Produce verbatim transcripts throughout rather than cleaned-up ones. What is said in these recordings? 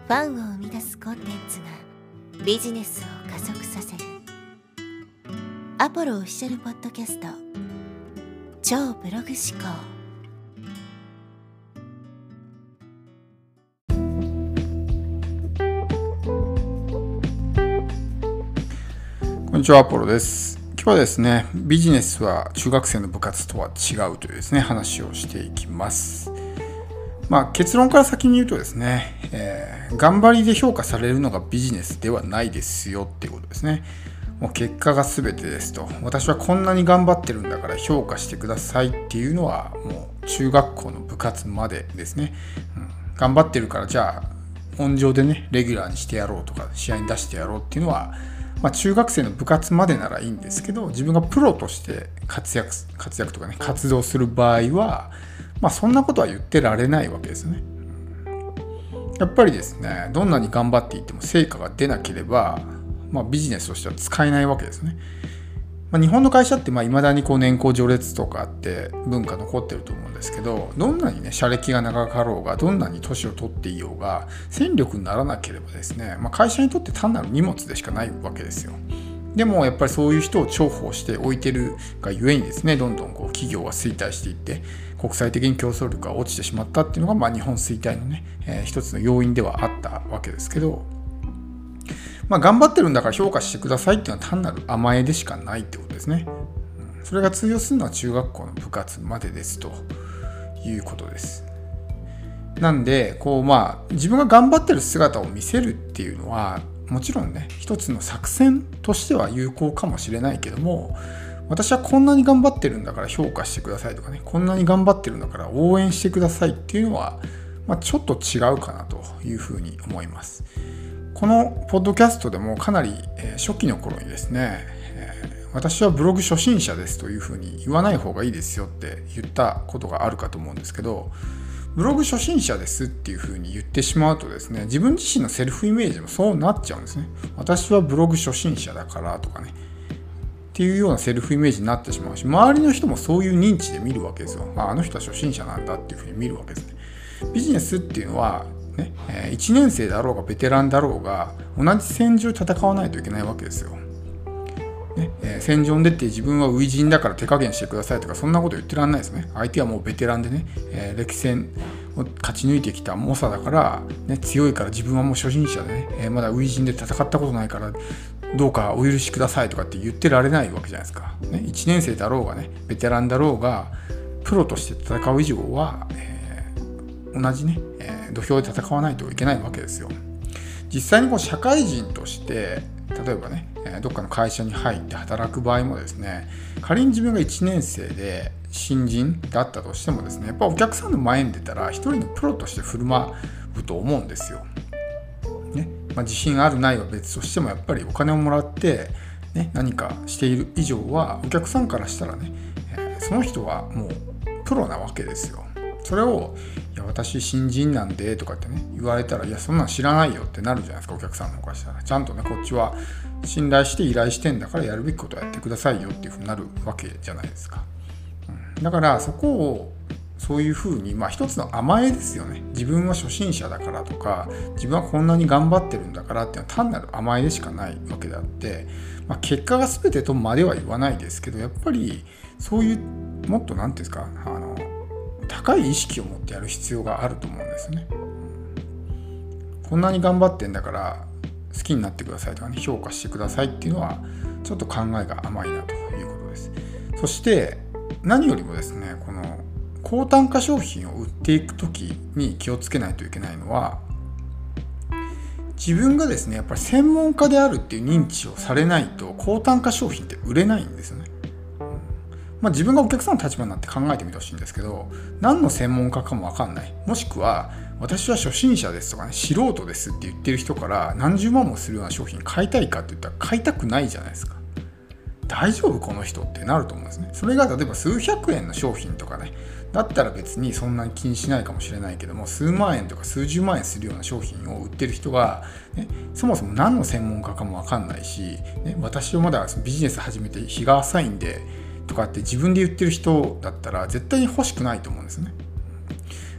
ファンを生み出すコンテンツがビジネスを加速させるアポロオフィシャルポッドキャスト超ブログ思考。 こんにちは、アポロです。今日はですね、ビジネスは中学生の部活とは違うというですね、話をしていきます。まあ、結論から先に言うとですね、えー、頑張りで評価されるのがビジネスではないですよっていうことですね。もう結果が全てですと。私はこんなに頑張ってるんだから評価してくださいっていうのはもう中学校の部活までですね。うん、頑張ってるからじゃあ温情でねレギュラーにしてやろうとか試合に出してやろうっていうのは、まあ、中学生の部活までならいいんですけど、自分がプロとして活躍活躍とかね活動する場合は、まあ、そんなことは言ってられないわけですね。やっぱりですね、どんなに頑張っていても成果が出なければ、まあ、ビジネスとしては使えないわけですね。まあ、日本の会社っていまだにこう年功序列とかあって文化残ってると思うんですけど、どんなにね社歴が長かろうが、どんなに年を取っていようが、戦力にならなければですね、まあ、会社にとって単なる荷物でしかないわけですよ。でもやっぱりそういう人を重宝して置いてるがゆえにですね、どんどんこう企業が衰退していって国際的に競争力が落ちてしまったっていうのが、まあ日本衰退のね、えー、一つの要因ではあったわけですけど、まあ頑張ってるんだから評価してくださいっていうのは単なる甘えでしかないってことですね。うん、それが通用するのは中学校の部活までですということです。なんでこうまあ自分が頑張ってる姿を見せるっていうのはもちろんね一つの作戦としては有効かもしれないけども、私はこんなに頑張ってるんだから評価してくださいとかね、こんなに頑張ってるんだから応援してくださいっていうのは、まあ、ちょっと違うかなというふうに思います。このポッドキャストでもかなり初期の頃にですね、私はブログ初心者ですというふうに言わない方がいいですよって言ったことがあるかと思うんですけど、ブログ初心者ですっていう風に言ってしまうとですね、自分自身のセルフイメージもそうなっちゃうんですね。私はブログ初心者だからとかねっていうようなセルフイメージになってしまうし、周りの人もそういう認知で見るわけですよ。あ、あの人は初心者なんだっていう風に見るわけですね。ビジネスっていうのはね、いちねん生だろうがベテランだろうが同じ戦場で戦わないといけないわけですよ。ねえー、戦場に出て自分は初陣だから手加減してくださいとかそんなこと言ってらんないですね。相手はもうベテランでね、えー、歴戦を勝ち抜いてきた猛者だから、ね、強いから自分はもう初心者でね、えー、まだ初陣で戦ったことないからどうかお許しくださいとかって言ってられないわけじゃないですか。ね、いちねん生だろうがねベテランだろうがプロとして戦う以上は、えー、同じね、えー、土俵で戦わないといけないわけですよ。実際にこう社会人として例えばねどっかの会社に入って働く場合もですね、仮に自分がいちねん生で新人だったとしてもですね、やっぱお客さんの前に出たら一人のプロとして振る舞うと思うんですよ。ねまあ、自信あるないは別としてもやっぱりお金をもらって、ね、何かしている以上はお客さんからしたらね、えー、その人はもうプロなわけですよ。それをいや私新人なんでとかってね言われたら、いやそんなん知らないよってなるじゃないですか。お客さんの方からしたらちゃんとねこっちは信頼して依頼してんだからやるべきことはやってくださいよっていうふうになるわけじゃないですか。うん、だからそこをそういうふうにまあ一つの甘えですよね。自分は初心者だからとか自分はこんなに頑張ってるんだからっていうのは単なる甘えでしかないわけであって、まあ、結果が全てとまでは言わないですけど、やっぱりそういうもっとなんていうんですか、あの高い意識を持ってやる必要があると思うんですね。こんなに頑張ってんだから好きになってくださいとかね評価してくださいっていうのはちょっと考えが甘いなということです。そして何よりもですね、この高単価商品を売っていくときに気をつけないといけないのは、自分がですねやっぱり専門家であるっていう認知をされないと高単価商品って売れないんですよね。まあ、自分がお客さんの立場になって考えてみてほしいんですけど、何の専門家かも分かんない、もしくは私は初心者ですとかね素人ですって言ってる人から何十万もするような商品買いたいかって言ったら買いたくないじゃないですか。大丈夫この人ってなると思うんですね。それが例えば数百円の商品とかねだったら別にそんなに気にしないかもしれないけども、数万円とか数十万円するような商品を売ってる人が、ね、そもそも何の専門家かも分かんないし、ね、私はまだビジネス始めて日が浅いんでとかって自分で言ってる人だったら絶対に欲しくないと思うんですね。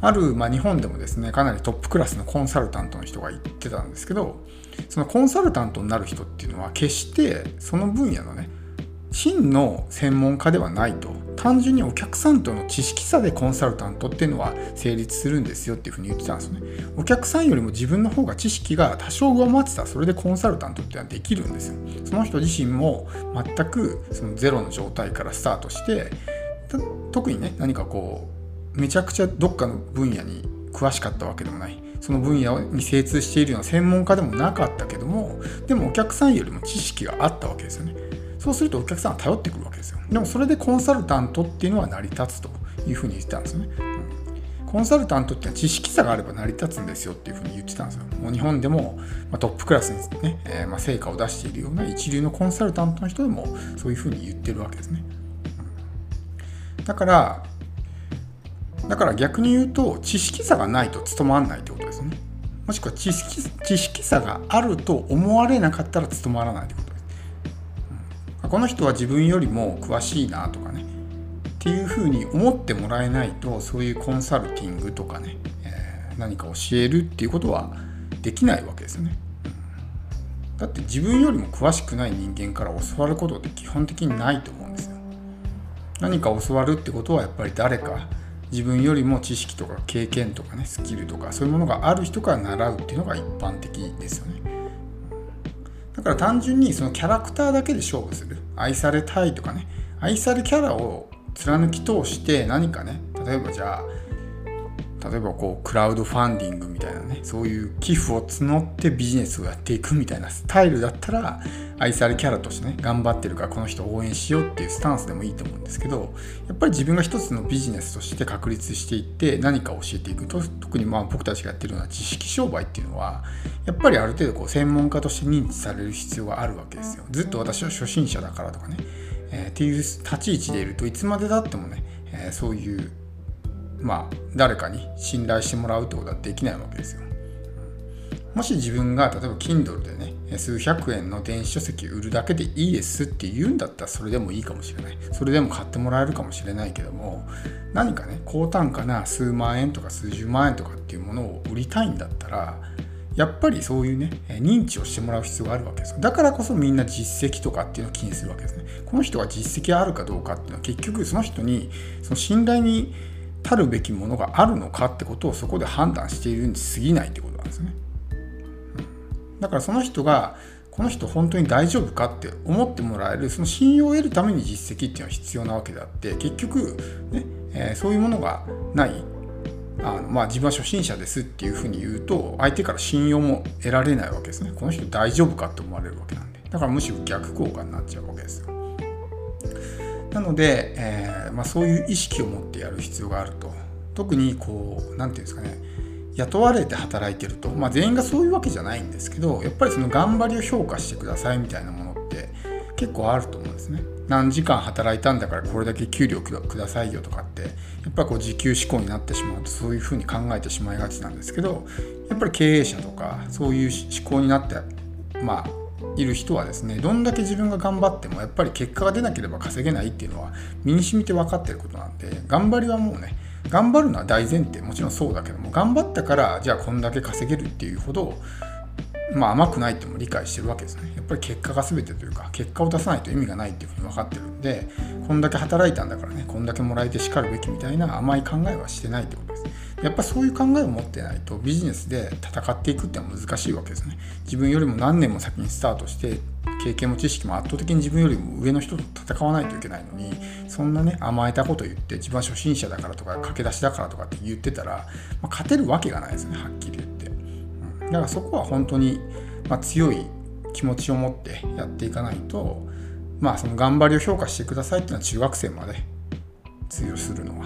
ある、まあ、日本でもですねかなりトップクラスのコンサルタントの人が言ってたんですけど、そのコンサルタントになる人っていうのは決してその分野のね真の専門家ではないと、単純にお客さんとの知識差でコンサルタントっていうのは成立するんですよっていうふうに言ってたんですよね。お客さんよりも自分の方が知識が多少上回ってたらそれでコンサルタントっていうのはできるんですよ。その人自身も全くそのゼロの状態からスタートして、特にね何かこうめちゃくちゃどっかの分野に詳しかったわけでもない、その分野に精通しているような専門家でもなかったけども、でもお客さんよりも知識があったわけですよね。そうするとお客さんは頼ってくるわけですよ。でもそれでコンサルタントっていうのは成り立つというふうに言ってたんですよね。うん、コンサルタントってのは知識差があれば成り立つんですよっていうふうに言ってたんですよ。もう日本でも、まあ、トップクラスにね、えーまあ、成果を出しているような一流のコンサルタントの人でもそういうふうに言ってるわけですね。うん、だからだから逆に言うと知識差がないと務まらないってことですね。もしくは知識、知識差があると思われなかったら務まらないってことです。この人は自分よりも詳しいなとかねっていうふうに思ってもらえないと、そういうコンサルティングとかね、えー、何か教えるっていうことはできないわけですよね。うん、だって自分よりも詳しくない人間から教わることって基本的にないと思うんですよ。何か教わるってことはやっぱり誰か自分よりも知識とか経験とかねスキルとかそういうものがある人から習うっていうのが一般的ですよね。だから単純にそのキャラクターだけで勝負する、愛されたいとかね、愛されキャラを貫き通して何かね、例えばじゃあ例えばこうクラウドファンディングみたいなね、そういう寄付を募ってビジネスをやっていくみたいなスタイルだったら愛されキャラとしてね頑張ってるからこの人を応援しようっていうスタンスでもいいと思うんですけど、やっぱり自分が一つのビジネスとして確立していって何か教えていくと、特にまあ僕たちがやってるような知識商売っていうのはやっぱりある程度こう専門家として認知される必要があるわけですよ。ずっと私は初心者だからとかね、えー、っていう立ち位置でいるといつまでだってもね、えー、そういうまあ誰かに信頼してもらうってことはできないわけですよ。もし自分が例えば Kindle でね数百円の電子書籍を売るだけでいいですって言うんだったらそれでもいいかもしれない、それでも買ってもらえるかもしれないけども、何かね高単価な数万円とか数十万円とかっていうものを売りたいんだったらやっぱりそういうね認知をしてもらう必要があるわけですよ。だからこそみんな実績とかっていうのを気にするわけですね。この人が実績あるかどうかっていうのは結局その人にその信頼に足るべきものがあるのかってことをそこで判断しているに過ぎないってことなんですね。うん、だからその人がこの人本当に大丈夫かって思ってもらえるその信用を得るために実績っていうのは必要なわけであって、結局ね、えー、そういうものがないあのまあ自分は初心者ですっていうふうに言うと相手から信用も得られないわけですね。この人大丈夫かって思われるわけなんで、だからむしろ逆効果になっちゃうわけですよ。なので、えーまあ、そういう意識を持ってやる必要があると。特にこうなんていうんですかね、雇われて働いてると、まあ、全員がそういうわけじゃないんですけど、やっぱりその頑張りを評価してくださいみたいなものって結構あると思うんですね。何時間働いたんだからこれだけ給料くださいよとかってやっぱりこう時給志向になってしまうとそういうふうに考えてしまいがちなんですけど、やっぱり経営者とかそういう思考になってまあいる人はですね、どんだけ自分が頑張ってもやっぱり結果が出なければ稼げないっていうのは身に染みて分かってることなんで、頑張りはもうね頑張るのは大前提、もちろんそうだけども頑張ったからじゃあこんだけ稼げるっていうほどまあ甘くないっても理解してるわけですね。やっぱり結果が全てというか結果を出さないと意味がないっていうふうに分かってるんで、こんだけ働いたんだからねこんだけもらえてしかるべきみたいな甘い考えはしてないってことです。やっぱそういう考えを持ってないとビジネスで戦っていくってのは難しいわけですね。自分よりも何年も先にスタートして経験も知識も圧倒的に自分よりも上の人と戦わないといけないのに、そんなね甘えたこと言って自分は初心者だからとか駆け出しだからとかって言ってたら、まあ、勝てるわけがないですね、はっきり言って。うん、だからそこは本当に、まあ、強い気持ちを持ってやっていかないと、まあその頑張りを評価してくださいっていうのは中学生まで通用するのは、うん、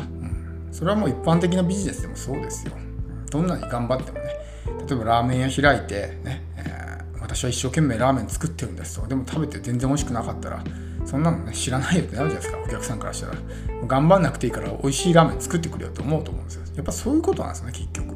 それはもう一般的なビジネスでもそうですよ。どんなに頑張ってもね、例えばラーメン屋開いてね、えー、私は一生懸命ラーメン作ってるんですと、でも食べて全然美味しくなかったらそんなのね知らないよってなるじゃないですか。お客さんからしたら頑張んなくていいから美味しいラーメン作ってくれよと思うと思うんですよ。やっぱそういうことなんですよね結局。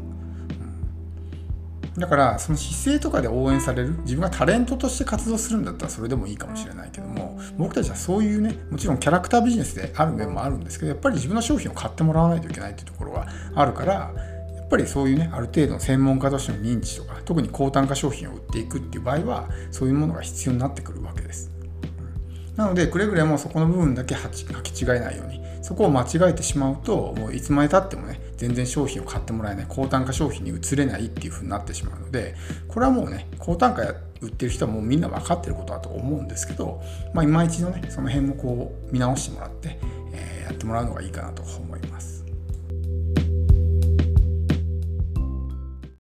だからその姿勢とかで応援される、自分がタレントとして活動するんだったらそれでもいいかもしれないけども、僕たちはそういうねもちろんキャラクタービジネスである面もあるんですけど、やっぱり自分の商品を買ってもらわないといけないっていうところがあるから、 ぱりそういうねある程度の専門家としての認知とか、特に高単価商品を売っていくっていう場合はそういうものが必要になってくるわけです。なのでくれぐれもそこの部分だけ履き違えないように、そこを間違えてしまうともういつまでたってもね全然商品を買ってもらえない、高単価商品に移れないっていう風になってしまうので、これはもうね高単価売ってる人はもうみんな分かってることだと思うんですけど、まあ今一度ねその辺もこう見直してもらって、えー、やってもらうのがいいかなと思います。